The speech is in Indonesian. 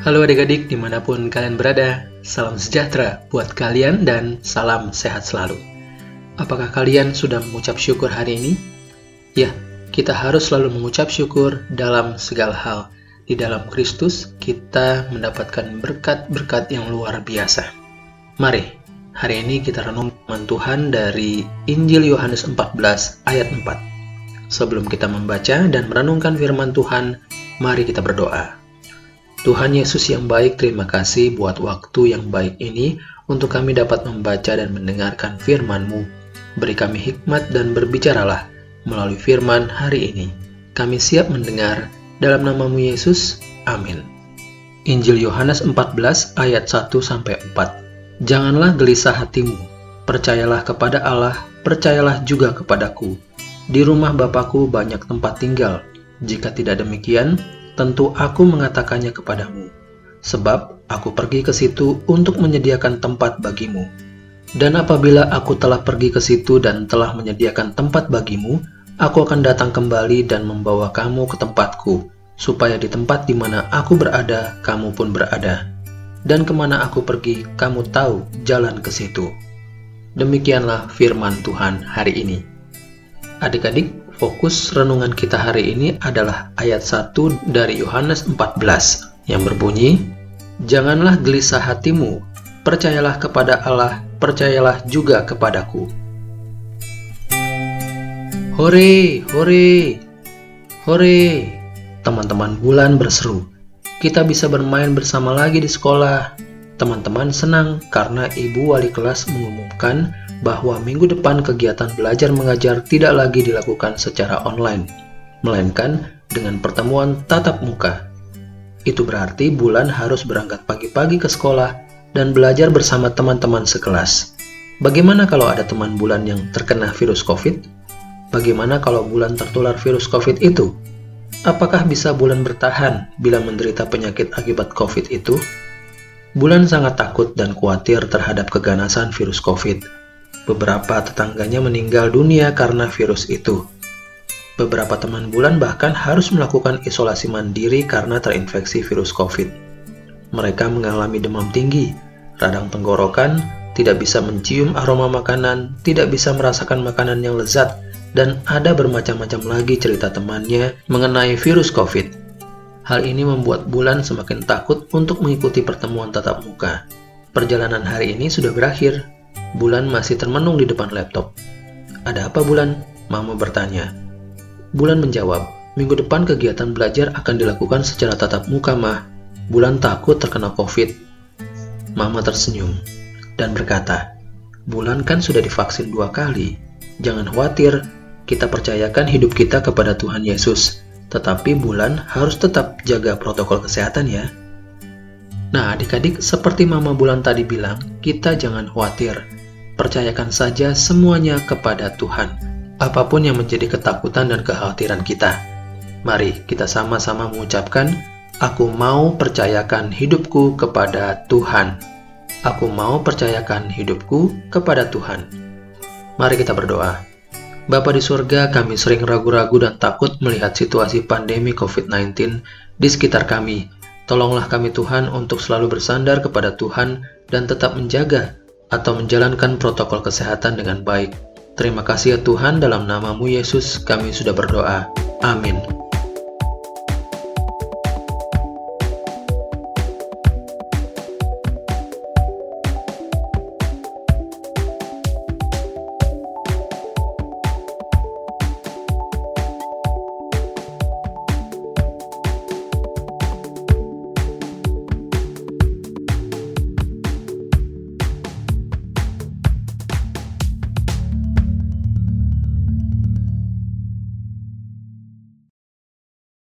Halo adik-adik dimanapun kalian berada, salam sejahtera buat kalian dan salam sehat selalu. Apakah kalian sudah mengucap syukur hari ini? Ya, kita harus selalu mengucap syukur dalam segala hal. Di dalam Kristus, kita mendapatkan berkat-berkat yang luar biasa. Mari, hari ini kita renung firman Tuhan dari Injil Yohanes 14 ayat 4. Sebelum kita membaca dan merenungkan firman Tuhan, mari kita berdoa. Tuhan Yesus yang baik, terima kasih buat waktu yang baik ini untuk kami dapat membaca dan mendengarkan firman-Mu. Beri kami hikmat dan berbicaralah melalui firman hari ini. Kami siap mendengar dalam nama-Mu Yesus. Amin. Injil Yohanes 14 ayat 1-4. Janganlah gelisah hatimu, percayalah kepada Allah, percayalah juga kepadaku. Di rumah Bapa-Ku banyak tempat tinggal. Jika tidak demikian, tentu aku mengatakannya kepadamu, sebab aku pergi ke situ untuk menyediakan tempat bagimu. Dan apabila aku telah pergi ke situ dan telah menyediakan tempat bagimu, aku akan datang kembali dan membawa kamu ke tempatku, supaya di tempat di mana aku berada, kamu pun berada. Dan kemana aku pergi, kamu tahu jalan ke situ. Demikianlah firman Tuhan hari ini. Adik-adik, fokus renungan kita hari ini adalah ayat 1 dari Yohanes 14 yang berbunyi, "Janganlah gelisah hatimu, percayalah kepada Allah, percayalah juga kepadaku." Hore, hore, hore! Teman-teman bulan berseru. Kita bisa bermain bersama lagi di sekolah. Teman-teman senang karena ibu wali kelas mengumumkan bahwa minggu depan kegiatan belajar mengajar tidak lagi dilakukan secara online, melainkan dengan pertemuan tatap muka. Itu berarti Bulan harus berangkat pagi-pagi ke sekolah dan belajar bersama teman-teman sekelas. Bagaimana kalau ada teman Bulan yang terkena virus COVID? Bagaimana kalau Bulan tertular virus COVID itu? Apakah bisa Bulan bertahan bila menderita penyakit akibat COVID itu? Bulan sangat takut dan khawatir terhadap keganasan virus COVID. Beberapa tetangganya meninggal dunia karena virus itu. Beberapa teman Bulan bahkan harus melakukan isolasi mandiri karena terinfeksi virus COVID. Mereka mengalami demam tinggi, radang tenggorokan, tidak bisa mencium aroma makanan, tidak bisa merasakan makanan yang lezat, dan ada bermacam-macam lagi cerita temannya mengenai virus COVID. Hal ini membuat Bulan semakin takut untuk mengikuti pertemuan tatap muka. Perjalanan hari ini sudah berakhir. Bulan masih termenung di depan laptop. "Ada apa, Bulan?" Mama bertanya. Bulan menjawab, "Minggu depan kegiatan belajar akan dilakukan secara tatap muka, Mah. Bulan takut terkena COVID." Mama tersenyum dan berkata, "Bulan kan sudah divaksin 2 kali. Jangan khawatir, kita percayakan hidup kita kepada Tuhan Yesus. Tetapi Bulan harus tetap jaga protokol kesehatan ya." Nah, adik-adik, seperti Mama Bulan tadi bilang, kita jangan khawatir. Percayakan saja semuanya kepada Tuhan, apapun yang menjadi ketakutan dan kekhawatiran kita. Mari kita sama-sama mengucapkan, "Aku mau percayakan hidupku kepada Tuhan. Aku mau percayakan hidupku kepada Tuhan." Mari kita berdoa. Bapa di surga, kami sering ragu-ragu dan takut melihat situasi pandemi COVID-19 di sekitar kami. Tolonglah kami Tuhan untuk selalu bersandar kepada Tuhan dan tetap menjaga atau menjalankan protokol kesehatan dengan baik. Terima kasih ya Tuhan, dalam nama-Mu Yesus kami sudah berdoa. Amin.